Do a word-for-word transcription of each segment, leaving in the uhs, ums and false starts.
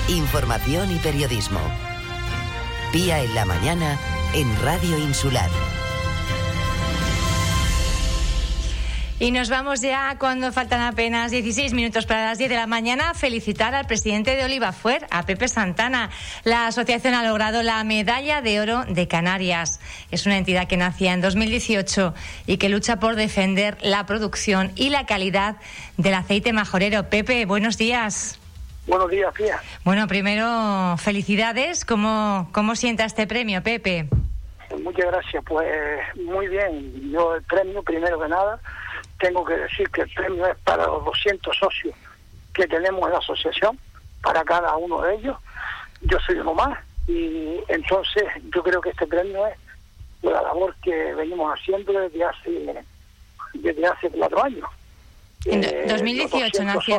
información y periodismo. Pía en la mañana en Radio Insular. Y nos vamos ya, cuando faltan apenas dieciséis minutos para las diez de la mañana, a felicitar al presidente de Olivafuer, a Pepe Santana. La asociación ha logrado la Medalla de Oro de Canarias. Es una entidad que nacía en dos mil dieciocho y que lucha por defender la producción y la calidad del aceite majorero. Pepe, buenos días. Buenos días, Pía. Bueno, primero, felicidades. ¿Cómo, cómo sienta este premio, Pepe? Muchas gracias. Pues muy bien. Yo el premio, primero que nada, tengo que decir que el premio es para los doscientos socios que tenemos en la asociación, para cada uno de ellos. Yo soy uno más y entonces yo creo que este premio es la labor que venimos haciendo desde hace desde hace cuatro años. En eh, dos mil dieciocho nació.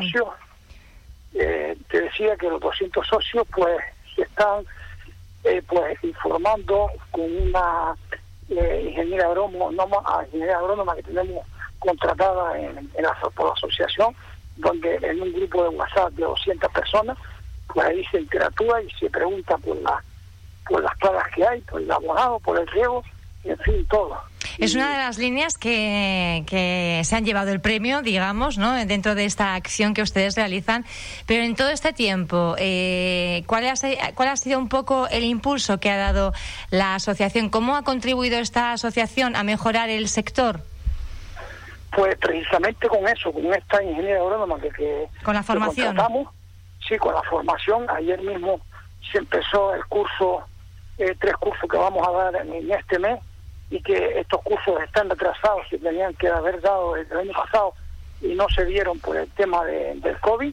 Eh, te decía que los doscientos socios pues se están eh, pues informando con una eh, ingeniera agrónoma, no, ingeniera agrónoma que tenemos contratada en, en la, por la asociación, donde en un grupo de WhatsApp de doscientas personas, pues ahí se interactúa y se pregunta por la por las plagas que hay, por el abonado, por el riego, en fin, todo. Es una de las líneas que, que se han llevado el premio, digamos, ¿no?, dentro de esta acción que ustedes realizan. Pero en todo este tiempo, eh, ¿cuál ha, ¿cuál ha sido un poco el impulso que ha dado la asociación? ¿Cómo ha contribuido esta asociación a mejorar el sector? Pues precisamente con eso, con esta ingeniera agrónoma que, que con la formación. Que contratamos, sí, con la formación. Ayer mismo se empezó el curso, eh, tres cursos que vamos a dar en, en este mes, y que estos cursos están retrasados y tenían que haber dado el año pasado y no se dieron por el tema de, del COVID,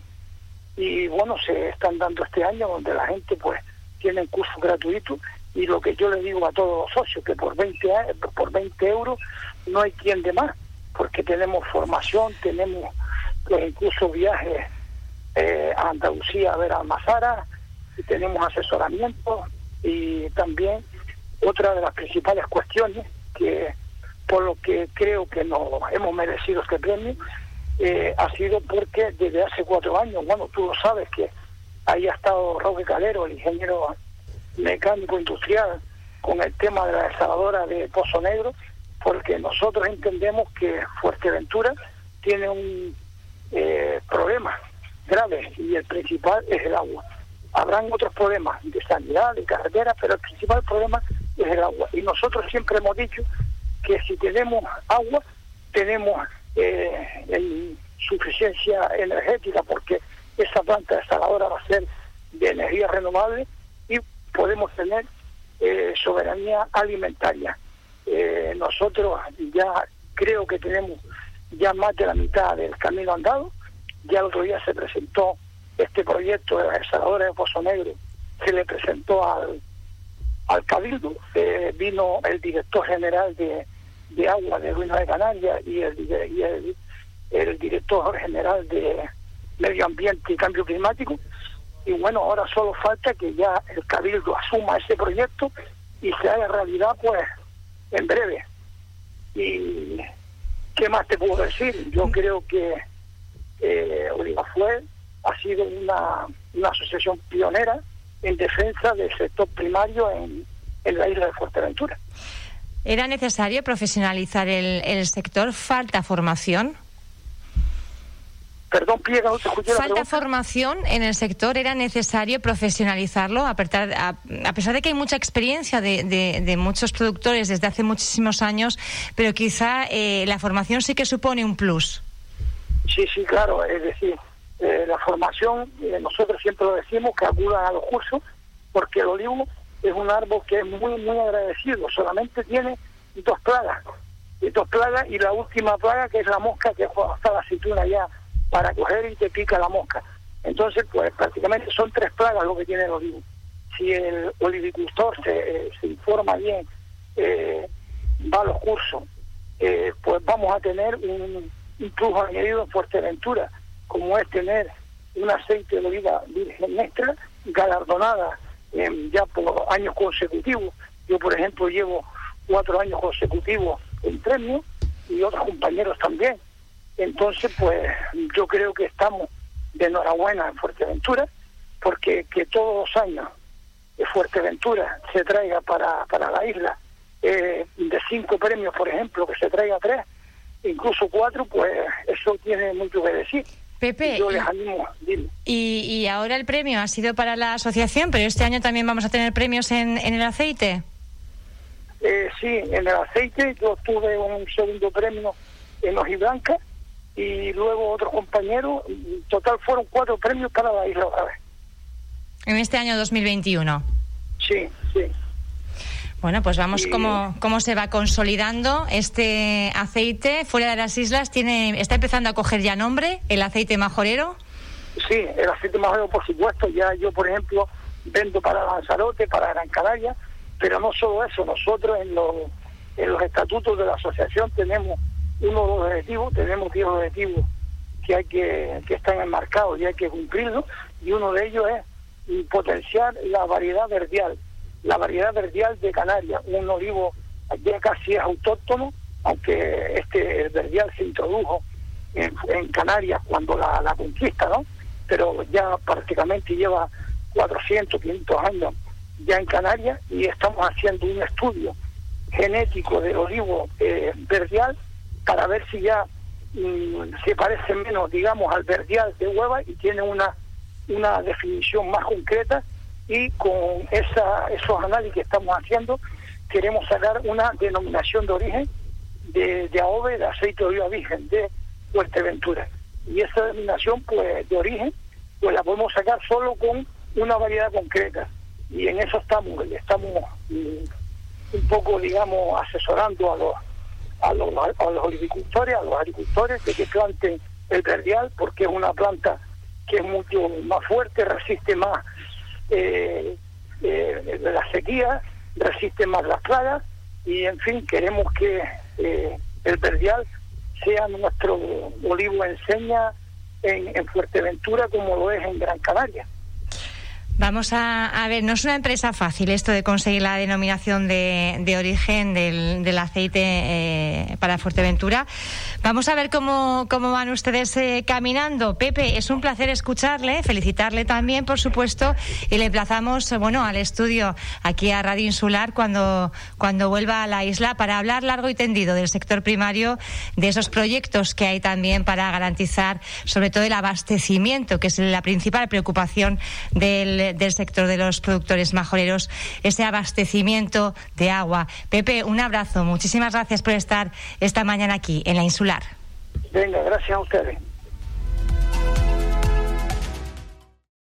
y bueno, se están dando este año, donde la gente pues tiene cursos gratuitos. Y lo que yo le digo a todos los socios, que por veinte, por veinte euros no hay quien de más, porque tenemos formación, tenemos pues, incluso viajes eh, a Andalucía a ver a Almazara, y tenemos asesoramiento. Y también otra de las principales cuestiones, que por lo que creo que nos hemos merecido este premio, eh, ha sido porque desde hace cuatro años, bueno, tú lo sabes, que ahí ha estado Roque Calero, el ingeniero mecánico industrial, con el tema de la desaladora de Pozo Negro, porque nosotros entendemos que Fuerteventura tiene un eh, problema grave, y el principal es el agua. Habrán otros problemas de sanidad, de carretera, pero el principal problema es el agua. Y nosotros siempre hemos dicho que si tenemos agua, tenemos eh, en suficiencia energética, porque esa planta desaladora va a ser de energía renovable, y podemos tener eh, soberanía alimentaria. Eh, nosotros ya creo que tenemos ya más de la mitad del camino andado. Ya el otro día se presentó este proyecto de la desaladora de Pozo Negro, se le presentó al al Cabildo, eh, vino el director general de, de agua de Ruinas de Canarias y, el, y el, el director general de Medio Ambiente y Cambio Climático, y bueno, ahora solo falta que ya el Cabildo asuma ese proyecto y se haga realidad pues en breve. Y ¿qué más te puedo decir? Yo creo que eh, Olivafuer ha sido una, una asociación pionera en defensa del sector primario en, en la isla de Fuerteventura. ¿Era necesario profesionalizar el, el sector? ¿Falta formación? Perdón, Pía, no te escuché la ¿Falta pregunta? formación en el sector? ¿Era necesario profesionalizarlo? A pesar, a, a pesar de que hay mucha experiencia de, de, de muchos productores desde hace muchísimos años, pero quizá eh, la formación sí que supone un plus. Sí, sí, claro. Es decir, eh, la formación, eh, nosotros siempre lo decimos, que acudan a los cursos, porque el olivo es un árbol que es muy, muy agradecido. Solamente tiene dos plagas, y dos plagas, y la última plaga, que es la mosca, que hasta la aceituna ya para coger y te pica la mosca. Entonces, pues prácticamente son tres plagas lo que tiene el olivo. Si el olivicultor se, eh, se informa bien, eh, va a los cursos, eh, pues vamos a tener un, un plus añadido en Fuerteventura, como es tener un aceite de oliva virgen extra galardonada eh, ya por años consecutivos. Yo, por ejemplo, llevo cuatro años consecutivos en premio, y otros compañeros también. Entonces, pues yo creo que estamos de enhorabuena en Fuerteventura, porque que todos los años de Fuerteventura se traiga para, para la isla eh, de cinco premios, por ejemplo, que se traiga tres, incluso cuatro, pues eso tiene mucho que decir. Pepe, yo les animo, dime. Y, y ahora el premio ha sido para la asociación, pero este año también vamos a tener premios en, en el aceite. Eh, sí, en el aceite yo tuve un segundo premio en hojiblanca y luego otro compañero. En total fueron cuatro premios para la isla otra vez. En este año dos mil veintiuno. Sí, sí. Bueno, pues vamos, y... cómo, cómo se va consolidando este aceite fuera de las islas. Tiene, está empezando a coger ya nombre, el aceite majorero. Sí, el aceite majorero, por supuesto. Ya yo, por ejemplo, vendo para Lanzarote, para Gran Canaria, pero no solo eso. Nosotros en los, en los estatutos de la asociación tenemos uno de los objetivos, tenemos diez objetivos que hay que, que están enmarcados y hay que cumplirlos, y uno de ellos es potenciar la variedad verdial. La variedad verdial de Canarias, un olivo ya casi es autóctono, aunque este el verdial se introdujo en, en Canarias cuando la, la conquista, ¿no? Pero ya prácticamente lleva cuatrocientos, quinientos años ya en Canarias, y estamos haciendo un estudio genético del olivo eh, verdial para ver si ya mmm, se parece menos, digamos, al verdial de Huelva y tiene una, una definición más concreta. Y con esa, esos análisis que estamos haciendo, queremos sacar una denominación de origen de, de A O V E, de aceite de oliva virgen de Fuerteventura. Y esa denominación, pues, de origen, pues la podemos sacar solo con una variedad concreta. Y en eso estamos, estamos mm, un poco, digamos, asesorando a los, a los a los olivicultores, a los agricultores, de que planten el verdial, porque es una planta que es mucho más fuerte, resiste más Eh, eh, la sequía, resiste más las plagas, y en fin, queremos que eh, el verdial sea nuestro olivo enseña en, en Fuerteventura, como lo es en Gran Canaria. Vamos a, a ver, no es una empresa fácil esto de conseguir la denominación de, de origen del, del aceite eh, para Fuerteventura. Vamos a ver cómo, cómo van ustedes eh, caminando. Pepe, es un placer escucharle, felicitarle también, por supuesto, y le emplazamos, bueno, al estudio aquí a Radio Insular cuando, cuando vuelva a la isla para hablar largo y tendido del sector primario, de esos proyectos que hay también para garantizar sobre todo el abastecimiento, que es la principal preocupación del del sector de los productores majoreros, ese abastecimiento de agua. Pepe, un abrazo, muchísimas gracias por estar esta mañana aquí en la Insular. Venga, gracias a ustedes.